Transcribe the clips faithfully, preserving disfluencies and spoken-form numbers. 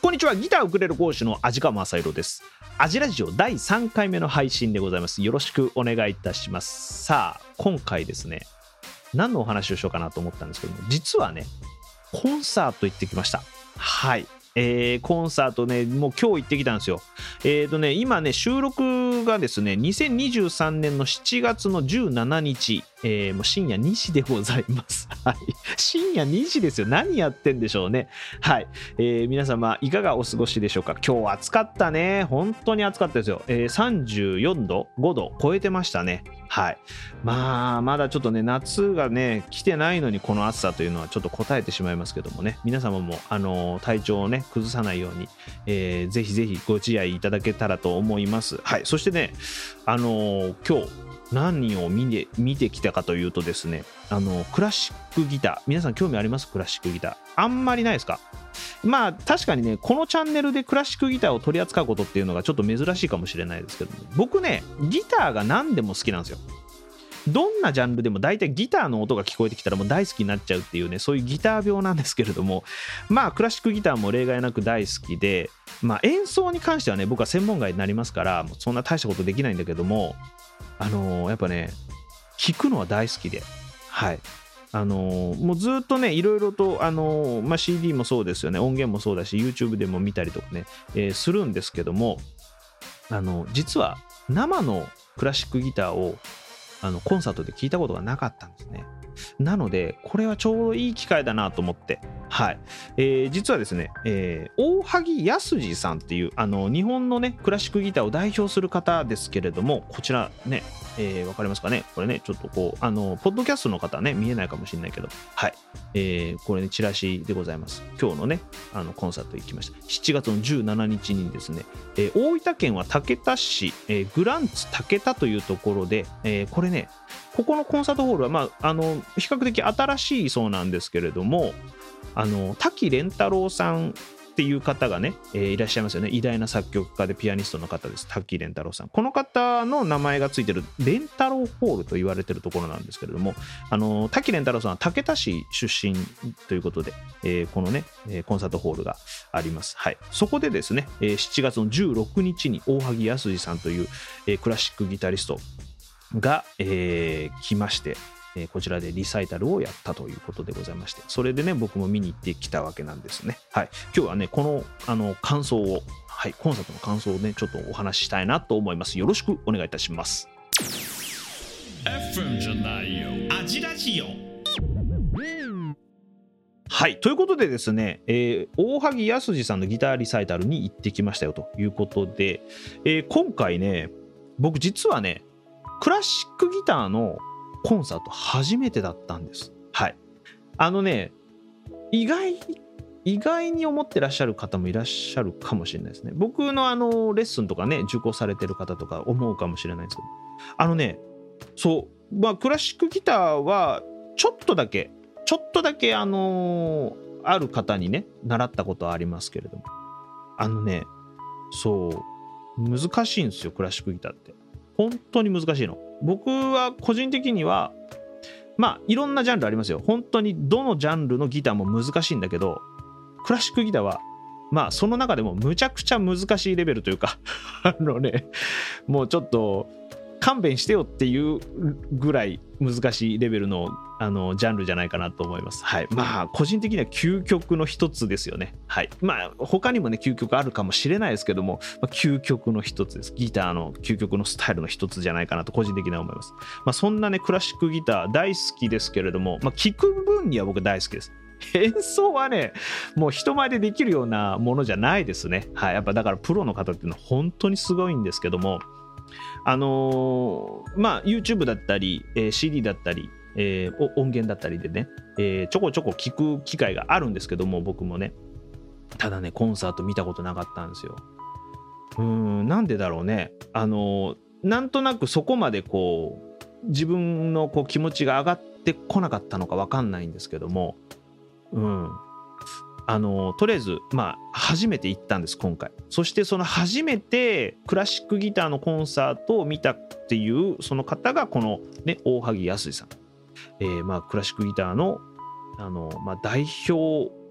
こんにちは、ギターウクレレ講師の味川雅宏です。アジラジオだいさんかいめの配信でございます。よろしくお願いいたします。さあ、今回ですね、何のお話をしようかなと思ったんですけども、実はね、コンサート行ってきました。はい。えー、コンサートね、もう今日行ってきたんですよ。えーとね、今ね、収録がですね、にせんにじゅうさんねんのしちがつのじゅうしちにち、えー、もう深夜にじでございます。はい。深夜にじですよ。何やってんでしょうね。はい。えー、皆様、いかがお過ごしでしょうか。今日暑かったね。本当に暑かったですよ。えー、さんじゅうよんど、ごど超えてましたね。はい。まあ、まだちょっとね、夏がね、来てないのにこの暑さというのはちょっと答えてしまいますけどもね、皆様も、あのー、体調をね、崩さないように、えー、ぜひぜひご自愛いただけたらと思います。はい。そしてね、あのー、今日、何を見て、見てきたかというとですね、あのクラシックギター、皆さん興味あります？クラシックギターあんまりないですか？まあ確かにね、このチャンネルでクラシックギターを取り扱うことっていうのがちょっと珍しいかもしれないですけども、僕ね、ギターが何でも好きなんですよ。どんなジャンルでも大体ギターの音が聞こえてきたらもう大好きになっちゃうっていうね、そういうギター病なんですけれども、まあクラシックギターも例外なく大好きで、まあ演奏に関してはね、僕は専門外になりますから、そんな大したことできないんだけども、あのー、やっぱね、聞くのは大好きで、はい。あのー、もうずっとね、いろいろと、あのーまあ、シーディー もそうですよね、音源もそうだし、YouTube でも見たりとかね、えー、するんですけども、あの実は生のクラシックギターをあのコンサートで聞いたことがなかったんですね。なのでこれはちょうどいい機会だなと思って、はい。えー、実はですね、えー、大萩康二さんっていうあの日本のねクラシックギターを代表する方ですけれども、こちらね、えー、わかりますかね、これね、ちょっとこうあのポッドキャストの方はね見えないかもしれないけど、はい、えー、これねチラシでございます。今日のねあのコンサート行きました。しちがつのじゅうしちにちにですね、えー、大分県は竹田市、えー、グランツ竹田というところで、えー、これね、ここのコンサートホールは、まあ、あの比較的新しいそうなんですけれども、あの滝廉太郎さんっていう方がね、えー、いらっしゃいますよね。偉大な作曲家でピアニストの方です。滝廉太郎さん。この方の名前がついてる廉太郎ホールと言われてるところなんですけれども、あの滝廉太郎さんは竹田市出身ということで、えー、このねコンサートホールがあります。はい。そこでですね、しちがつのじゅうろくにちに大萩康二さんという、えー、クラシックギタリストが、えー、来まして、えー、こちらでリサイタルをやったということでございまして、それでね僕も見に行ってきたわけなんですね。はい。今日はねこのあの感想を、はい、コンサートの感想をねちょっとお話ししたいなと思います。よろしくお願いいたします。エフエム じゃないよ、アジラジオ。はい、ということでですね、えー、大萩康二さんのギターリサイタルに行ってきましたよということで、えー、今回ね僕実はねクラシックギターのコンサート初めてだったんです。はい。あのね、意外意外に思ってらっしゃる方もいらっしゃるかもしれないですね。僕のあのレッスンとかね受講されてる方とか思うかもしれないんですけど、あのね、そうまあクラシックギターはちょっとだけちょっとだけあのー、ある方にね習ったことはありますけれども、あのね、そう難しいんですよクラシックギターって。本当に難しいの。僕は個人的にはまあいろんなジャンルありますよ。本当にどのジャンルのギターも難しいんだけど、クラシックギターはまあその中でもむちゃくちゃ難しいレベルというかあのね、もうちょっと勘弁してよっていうぐらい難しいレベルのあのジャンルじゃないかなと思います。はい。まあ個人的には究極の一つですよね。はい。まあ他にもね究極あるかもしれないですけども、まあ、究極の一つです。ギターの究極のスタイルの一つじゃないかなと個人的には思います。まあそんなねクラシックギター大好きですけれども、まあ聴く分には僕大好きです。演奏はねもう人前でできるようなものじゃないですね。はい。やっぱだからプロの方っていうのは本当にすごいんですけども、あのー、まあ YouTube だったり、えー、シーディー だったり、えー、音源だったりでね、えー、ちょこちょこ聞く機会があるんですけども、僕もね、ただねコンサート見たことなかったんですよ。うーん、なんでだろうね。あのー、なんとなくそこまでこう自分のこう気持ちが上がってこなかったのか分かんないんですけども、うんあのとりあえずまあ初めて行ったんです今回。そしてその初めてクラシックギターのコンサートを見たっていうその方がこのね大萩康二さん、えー、まあクラシックギターのあの、まあ、代表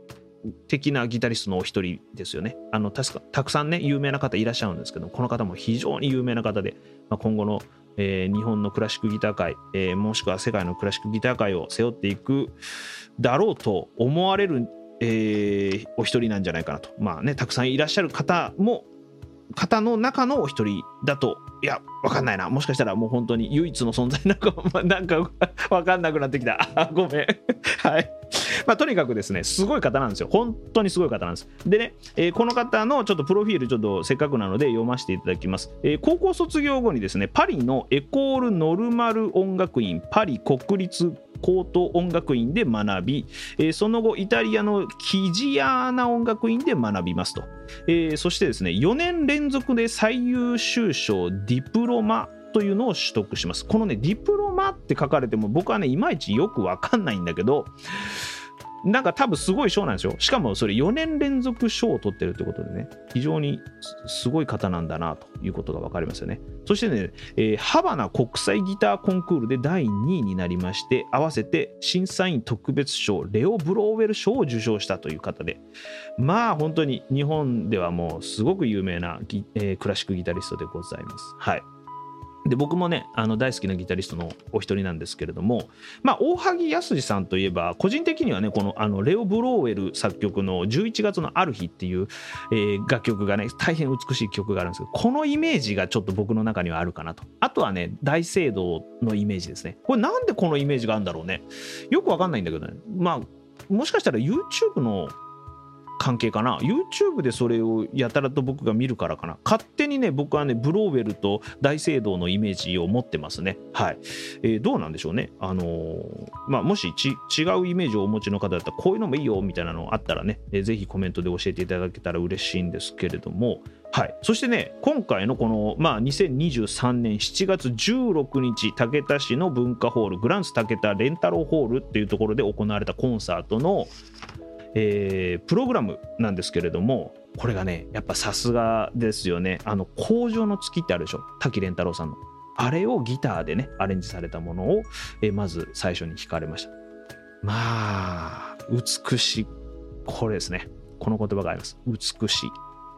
的なギタリストのお一人ですよね。あの確かたくさんね有名な方いらっしゃるんですけど、この方も非常に有名な方で、まあ、今後の、えー、日本のクラシックギター界、えー、もしくは世界のクラシックギター界を背負っていくだろうと思われる、えー、お一人なんじゃないかなと。まあね、たくさんいらっしゃる方も方の中のお一人だと、いや分かんないな、もしかしたらもう本当に唯一の存在なんか、まあ、なんか分かんなくなってきたごめんはい、まあ、とにかくですねすごい方なんですよ。本当にすごい方なんです。でね、えー、この方のちょっとプロフィールちょっとせっかくなので読ませていただきます。えー、高校卒業後にですねパリのエコール・ノルマル音楽院、パリ国立高等音楽院で学び、えー、その後イタリアのキジアーナ音楽院で学びますと。えー、そしてですねよねん連続で最優秀賞ディプロマというのを取得します。このねディプロマって書かれても僕はねいまいちよく分かんないんだけど、なんか多分すごい賞なんですよ。しかもそれよねん連続賞を取ってるってことでね、非常にすごい方なんだなということが分かりますよね。そしてね、えー、ハバナ国際ギターコンクールでだいにいになりまして、合わせて審査員特別賞レオ・ブローウェル賞を受賞したという方で、まあ本当に日本ではもうすごく有名なギ、えー、クラシックギタリストでございます。はい。で僕もねあの大好きなギタリストのお一人なんですけれども、まあ大萩康さんといえば個人的にはねこのあのレオ・ブローウェル作曲のじゅういちがつのある日っていう、えー、楽曲がね大変美しい曲があるんですけど、このイメージがちょっと僕の中にはあるかなと。あとはね大聖堂のイメージですね。これなんでこのイメージがあるんだろうね、よくわかんないんだけどね、まあもしかしたら YouTube の関係かな、 YouTube でそれをやたらと僕が見るからかな。勝手にね僕はねブローウェルと大聖堂のイメージを持ってますね。はい、えー、どうなんでしょうね。あのー、まあもしち違うイメージをお持ちの方だったらこういうのもいいよみたいなのあったらね、えー、ぜひコメントで教えていただけたら嬉しいんですけれども、はい、そしてね今回のこの、まあ、にせんにじゅうさんねんしちがつじゅうろくにち竹田市の文化ホールグランス竹田レンタローホールっていうところで行われたコンサートのえー、プログラムなんですけれども、これがねやっぱさすがですよね。あの工場の月ってあるでしょ、滝廉太郎さんのあれをギターでねアレンジされたものを、えー、まず最初に弾かれました。まあ美しい、これですね、この言葉があります。美しい、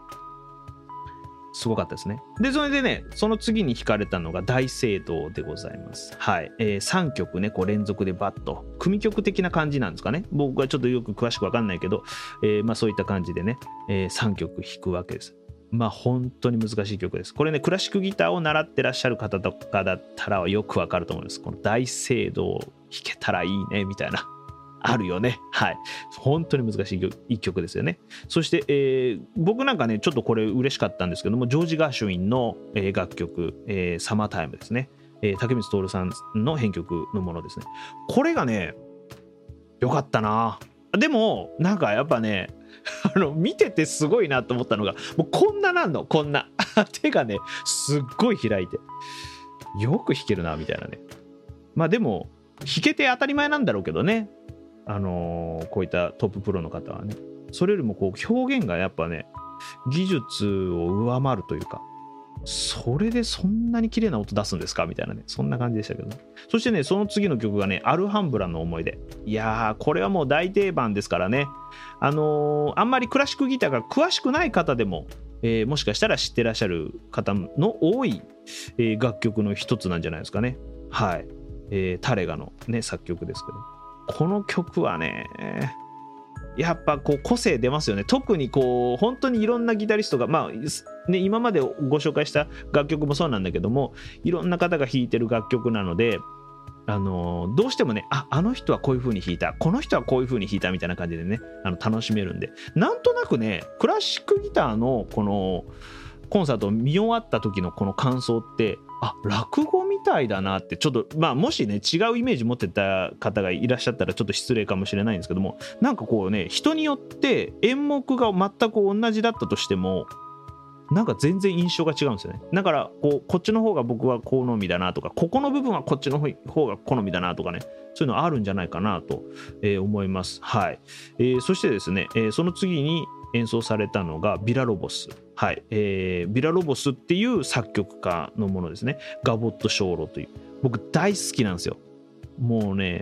すごかったですね。でそれでねその次に弾かれたのが大聖堂でございます。はい、えー、さんきょくねこう連続でバッと組曲的な感じなんですかね。僕はちょっとよく詳しく分かんないけど、えー、まあそういった感じでね、えー、さんきょく弾くわけです。まあ本当に難しい曲です。これねクラシックギターを習ってらっしゃる方とかだったらよくわかると思います。この大聖堂を弾けたらいいねみたいなあるよね。はい、本当に難しい一曲ですよね。そして、えー、僕なんかねちょっとこれ嬉しかったんですけども、ジョージ・ガーシュウィンの、えー、楽曲、えー、サマータイムですね、えー、竹光徹さんの編曲のものですね。これがねよかったな。でもなんかやっぱねあの見ててすごいなと思ったのが、もうこんななんのこんな手がねすっごい開いてよく弾けるなみたいなね。まあでも弾けて当たり前なんだろうけどね、あのー、こういったトッププロの方はね、それよりもこう表現がやっぱね技術を上回るというか、それでそんなに綺麗な音出すんですかみたいなね、そんな感じでしたけどね。そしてねその次の曲がねアルハンブラの思い出。いやーこれはもう大定番ですからね、あのー、あんまりクラシックギターが詳しくない方でも、えー、もしかしたら知ってらっしゃる方の多い、えー、楽曲の一つなんじゃないですかね。はい、えー、タレガのね作曲ですけど、この曲はねやっぱこう個性出ますよね。特にこう本当にいろんなギタリストが、まあね、今までご紹介した楽曲もそうなんだけども、いろんな方が弾いてる楽曲なので、あのどうしてもね あ, あの人はこういう風に弾いた、この人はこういう風に弾いたみたいな感じでねあの楽しめるんで、なんとなくねクラシックギターのこのコンサートを見終わった時のこの感想って、あ落語みたいだなって、ちょっとまあもしね違うイメージ持ってた方がいらっしゃったらちょっと失礼かもしれないんですけども、なんかこうね人によって演目が全く同じだったとしてもなんか全然印象が違うんですよね。だからこうこっちの方が僕は好みだなとか、ここの部分はこっちの方が好みだなとかね、そういうのあるんじゃないかなと、えー、思います。はい、えー、そしてですね、えー、その次に演奏されたのがビラロボス。はい、えー、ビラロボスっていう作曲家のものですね。ガボット・ショーロという、僕大好きなんですよ。もうね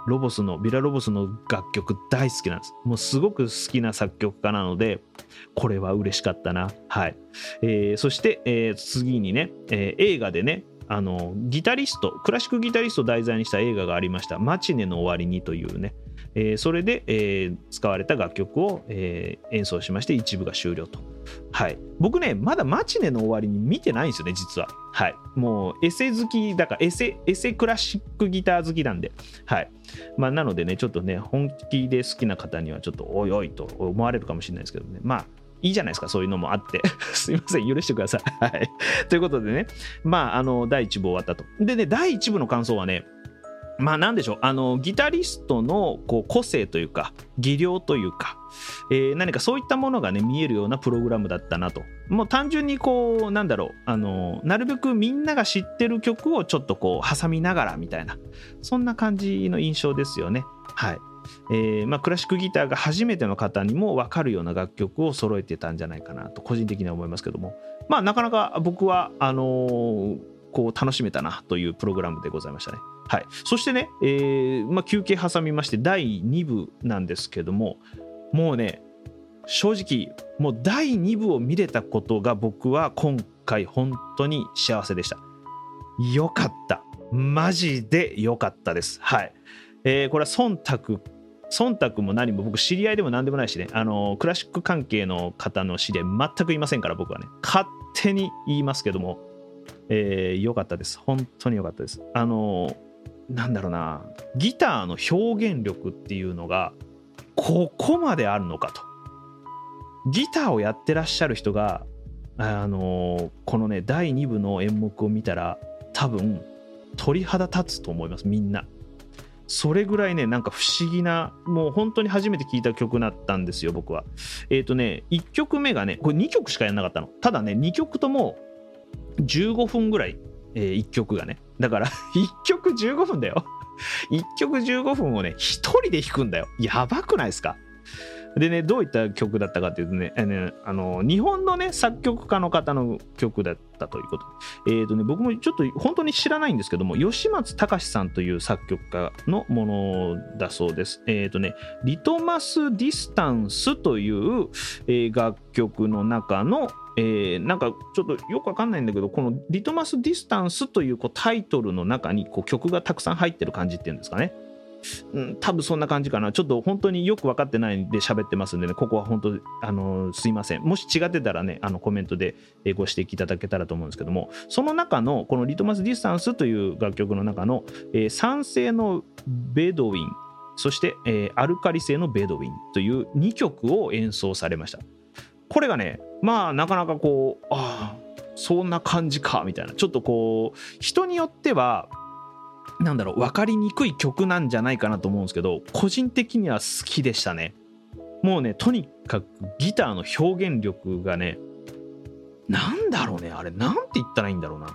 ロボスのビラロボスの楽曲大好きなんです。もうすごく好きな作曲家なので、これは嬉しかったな。はい。えー、そして、えー、次にね、えー、映画でね、あのギタリストクラシックギタリストを題材にした映画がありました。マチネの終わりにというね、えー、それで、えー、使われた楽曲を、えー、演奏しまして一部が終了と。はい、僕ねまだマチネの終わりに見てないんですよね実は。はい、もうエセ好きだからエセエセクラシックギター好きなんで、はい、まあ、なのでねちょっとね本気で好きな方にはちょっとおいおいと思われるかもしれないですけどね、まあいいじゃないですか、そういうのもあってすいません許してください、はい、ということでね、まああのだいいち部終わったと。でねだいいち部の感想はね、まあなんでしょう、あのギタリストのこう個性というか技量というか、えー、何かそういったものがね見えるようなプログラムだったなと。もう単純にこうなんだろう、あのなるべくみんなが知ってる曲をちょっとこう挟みながらみたいな、そんな感じの印象ですよね。はい、えーまあ、クラシックギターが初めての方にも分かるような楽曲を揃えてたんじゃないかなと個人的には思いますけども、まあなかなか僕はあのー、こう楽しめたなというプログラムでございましたね。はい、そしてね、えーまあ、休憩挟みましてだいに部なんですけども、もうね正直もうだいに部を見れたことが僕は今回本当に幸せでした。よかった、マジでよかったです。はい、えー、これは忖度忖度も何も僕知り合いでも何でもないしね、あのクラシック関係の方の知り合い全くいませんから僕はね勝手に言いますけども、えー、よかったです。本当によかったです。あのなんだろうな、ギターの表現力っていうのがここまであるのかと。ギターをやってらっしゃる人があのこのねだいに部の演目を見たら多分鳥肌立つと思います、みんな。それぐらいねなんか不思議な、もう本当に初めて聴いた曲だったんですよ僕は。えっとねいっきょくめがね、これにきょくしかやんなかったの。ただねにきょくともじゅうごふんぐらい、えー、いっきょくがね、だからいっきょくじゅうごふんだよいっきょくじゅうごふんをね一人で弾くんだよ。やばくないですか。でねどういった曲だったかっていうとね、あの日本のね作曲家の方の曲だったということで、えーとね、僕もちょっと本当に知らないんですけども、吉松隆さんという作曲家のものだそうです。えーとねリトマス・ディスタンスという、えー、楽曲の中のえー、なんかちょっとよくわかんないんだけど、このリトマス・ディスタンスという、こうタイトルの中にこう曲がたくさん入ってる感じっていうんですかね、うん、多分そんな感じかな。ちょっと本当によく分かってないんで喋ってますんでね、ここは本当あのすいません。もし違ってたらねあのコメントでご指摘いただけたらと思うんですけども、その中のこのリトマス・ディスタンスという楽曲の中の、えー、酸性のベドウィン、そして、えー、アルカリ性のベドウィンというにきょくを演奏されました。これがねまあなかなかこうああそんな感じかみたいな、ちょっとこう人によってはなんだろう分かりにくい曲なんじゃないかなと思うんですけど、個人的には好きでしたね。もうねとにかくギターの表現力がね、なんだろうね、あれなんて言ったらいいんだろうな、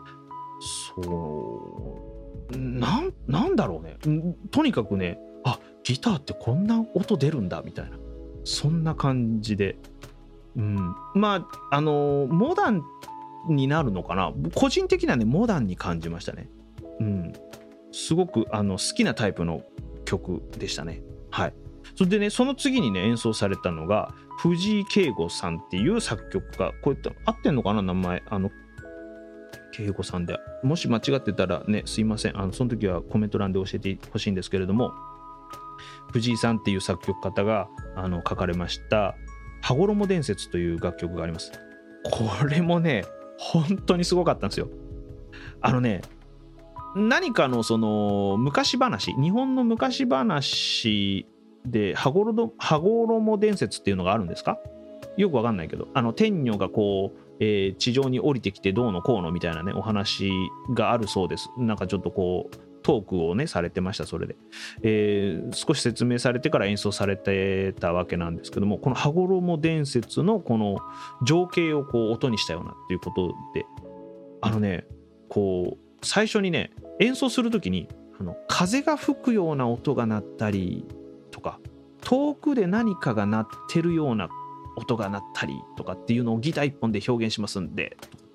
そうなん、なんだろうね、とにかくね、あギターってこんな音出るんだみたいな、そんな感じで、うん、まああのモダンになるのかな、個人的にはねモダンに感じましたね。うん、すごくあの好きなタイプの曲でしたね。はい。それでねその次にね演奏されたのが藤井圭吾さんっていう作曲家、こういった合ってんのかな名前、あの圭吾さんで、もし間違ってたらねすいません、あのその時はコメント欄で教えてほしいんですけれども、藤井さんっていう作曲家があの書かれました羽衣伝説という楽曲があります。これもね本当にすごかったんですよ。あのね何かのその昔話、日本の昔話で羽衣、羽衣伝説っていうのがあるんですか、よくわかんないけど、あの天女がこう、えー、地上に降りてきてどうのこうのみたいなねお話があるそうです。なんかちょっとこうトークをねされてました。それで、えー、少し説明されてから演奏されてたわけなんですけども、この羽衣伝説のこの情景をこう音にしたようなっていうことで、あのねこう最初にね演奏するときにあの風が吹くような音が鳴ったりとか、遠くで何かが鳴ってるような音が鳴ったりとかっていうのをギター一本で表現しますんでとかって、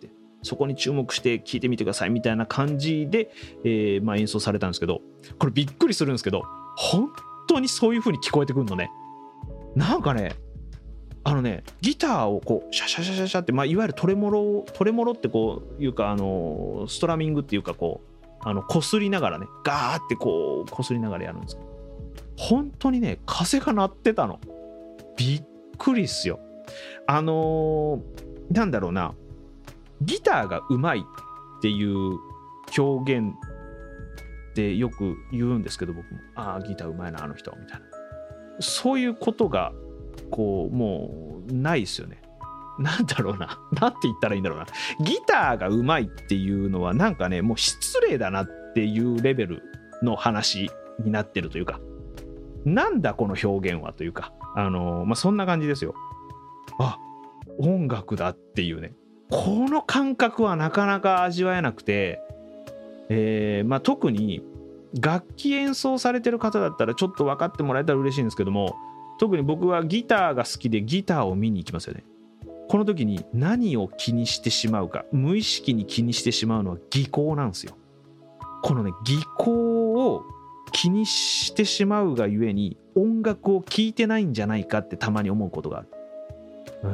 そこに注目して聴いてみてくださいみたいな感じで、えーまあ、演奏されたんですけど、これびっくりするんですけど、本当にそういう風に聞こえてくるのね。なんかね、あのね、ギターをこうシャシャシャシャシャって、まあ、いわゆるトレモロトレモロってこういうか、あのストラミングっていうか、こうあの擦りながらね、ガーってこう擦りながらやるんですけど、本当にね、風が鳴ってたの。びっくりっすよ。あのー、なんだろうな、ギターがうまいっていう表現ってよく言うんですけど、僕もああギターうまいなあの人みたいな、そういうことがこうもうないですよね。なんだろうな、なんて言ったらいいんだろうな、ギターがうまいっていうのはなんかね、もう失礼だなっていうレベルの話になってるというか、なんだこの表現はというか、あのーまあ、そんな感じですよ。あ、音楽だっていうね、この感覚はなかなか味わえなくて、えーまあ、特に楽器演奏されてる方だったらちょっと分かってもらえたら嬉しいんですけども、特に僕はギターが好きでギターを見に行きますよね。この時に何を気にしてしまうか、無意識に気にしてしまうのは技巧なんですよ。このね、技巧を気にしてしまうがゆえに音楽を聴いてないんじゃないかってたまに思うことがある。うん、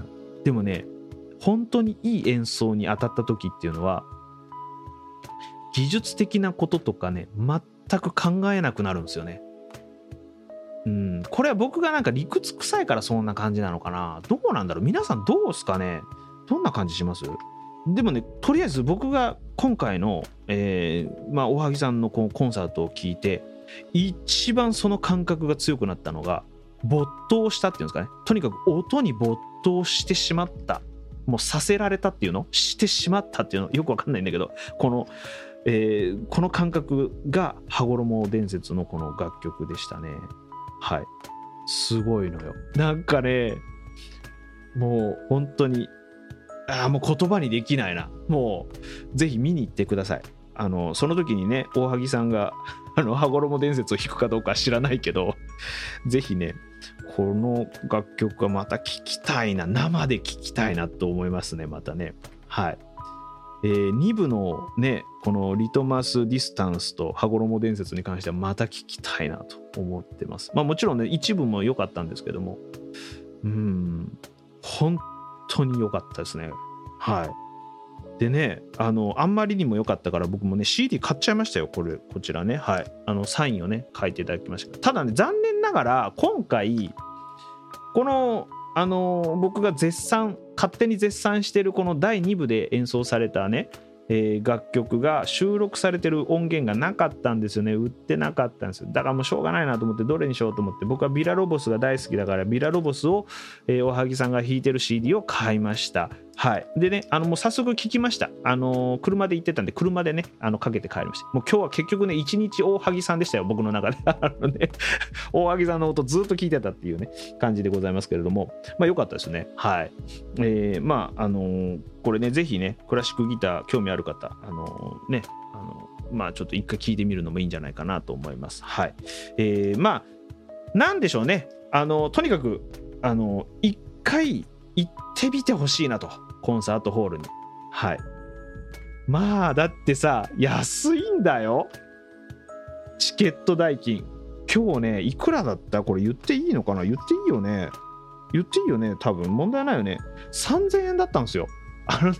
でもね、本当にいい演奏に当たった時っていうのは技術的なこととかね、全く考えなくなるんですよね。うん、これは僕がなんか理屈臭いからそんな感じなのかな。どうなんだろう、皆さんどうすかね。どんな感じします？でもね、とりあえず僕が今回の、えーまあ、おはぎさんのこのコンサートを聞いて一番その感覚が強くなったのが、没頭したっていうんですかね。とにかく音に没頭してしまった、もうさせられたっていうの、してしまったっていうの、よくわかんないんだけど、この、えー、この感覚が羽衣伝説のこの楽曲でしたね。はい、すごいのよ。なんかね、もう本当に、あ、もう言葉にできないな。もうぜひ見に行ってください。あのその時にね、大萩さんがあの羽衣伝説を弾くかどうか知らないけど、ぜひね、この楽曲はまた聴きたいな、生で聴きたいなと思いますね、またね。はい。えー、に部のね、このリトマス・ディスタンスと羽衣伝説に関してはまた聴きたいなと思ってます。まあもちろんね、一部も良かったんですけども、うーん、本当に良かったですね。はい。でね、あのあんまりにも良かったから僕もね シーディー 買っちゃいましたよ。これこちらね、はい、あのサインをね書いていただきました。ただね、残念ながら今回このあの僕が絶賛勝手に絶賛しているこのだいに部で演奏されたね、えー、楽曲が収録されてる音源がなかったんですよね。売ってなかったんですよ。だからもうしょうがないなと思って、どれにしようと思って、僕はビラロボスが大好きだからビラロボスを、えー、おはぎさんが弾いてる シーディー を買いました。はい。でね、あのもう早速聞きました。あのー、車で行ってたんで車でね、あのかけて帰りました。もう今日は結局ね、一日大萩さんでしたよ、僕の中で。あのね、大萩さんの音ずっと聞いてたっていうね感じでございますけれども、まあ良かったですね。はい。えー、まああのー、これね、ぜひね、クラシックギター興味ある方、あのー、ね、あのー、まあちょっと一回聞いてみるのもいいんじゃないかなと思います。はい。えー、まあなんでしょうね。あのー、とにかくあのー、一回行ってみてほしいなと、コンサートホールに。はい。まあだってさ、安いんだよ、チケット代金。今日ね、いくらだった？これ言っていいのかな？言っていいよね。言っていいよね、多分問題ないよね。さんぜんえんだったんですよ。あのね、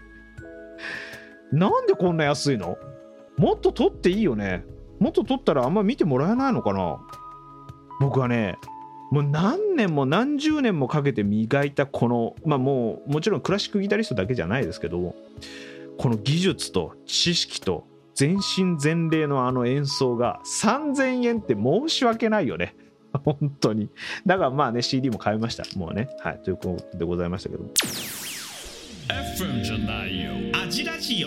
なんでこんな安いの？もっと取っていいよね。もっと取ったらあんま見てもらえないのかな。僕はね、もう何年も何十年もかけて磨いたこの、まあもうもちろんクラシックギタリストだけじゃないですけど、この技術と知識と全身全霊のあの演奏がさんぜんえんって申し訳ないよね。本当に。だからまあね、 シーディー も買いました。もうね。はい。ということでございましたけども。エフエム じゃないよ。アジラジオ。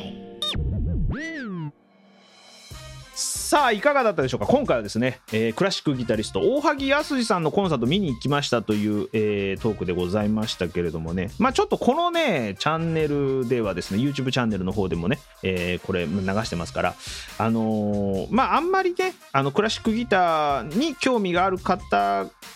さあいかがだったでしょうか。今回はですね、えー、クラシックギタリスト大萩康さんのコンサート見に行きましたという、えー、トークでございましたけれどもね、まあちょっとこのねチャンネルではですね、 YouTube チャンネルの方でもね、えー、これ流してますから、あのー、まああんまりね、あのクラシックギターに興味がある方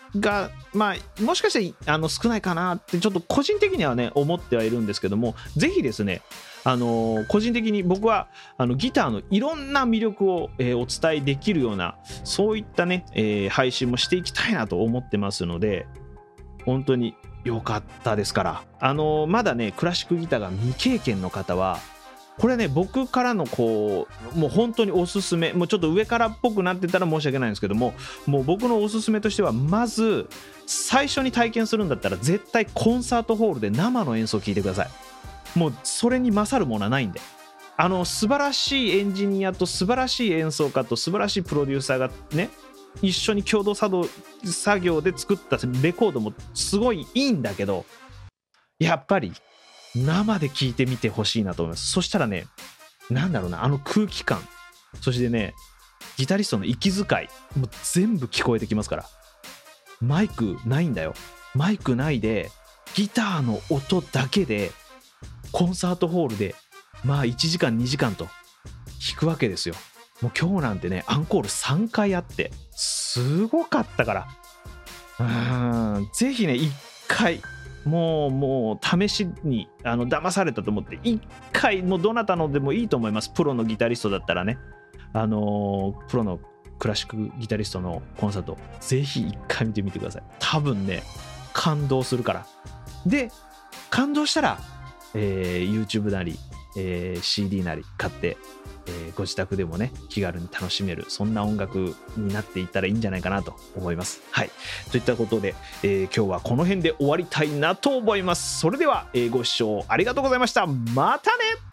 が、まあ、もしかしてあの少ないかなってちょっと個人的にはね思ってはいるんですけども、ぜひですね、あの個人的に僕はあのギターのいろんな魅力を、えーお伝えできるような、そういったね、えー配信もしていきたいなと思ってますので、本当に良かったですから、あのまだねクラシックギターが未経験の方は、これね僕からのこうもう本当におすすめ、もうちょっと上からっぽくなってたら申し訳ないんですけども、もう僕のおすすめとしては、まず最初に体験するんだったら絶対コンサートホールで生の演奏を聴いてください。もうそれに勝るものはないんで、あの素晴らしいエンジニアと素晴らしい演奏家と素晴らしいプロデューサーがね一緒に共同作動作業で作ったレコードもすごいいいんだけど、やっぱり生で聴いてみてほしいなと思います。そしたらね、なんだろうな、あの空気感、そしてねギタリストの息遣いもう全部聞こえてきますから。マイクないんだよ、マイクないでギターの音だけでコンサートホールでまあいちじかんにじかんと弾くわけですよ。もう今日なんてねアンコールさんかいあってすごかったから、うーんぜひねいっかい、もうもう試しにあの騙されたと思っていっかい、もうどなたのでもいいと思います。プロのギタリストだったらね、あのープロのクラシックギタリストのコンサートぜひいっかい見てみてください。多分ね感動するから。で感動したら、えー YouTube なり、えー シーディー なり買って、えーご自宅でもね気軽に楽しめる、そんな音楽になっていったらいいんじゃないかなと思います。はい、といったことで、えー今日はこの辺で終わりたいなと思います。それでは、えーご視聴ありがとうございました。またね。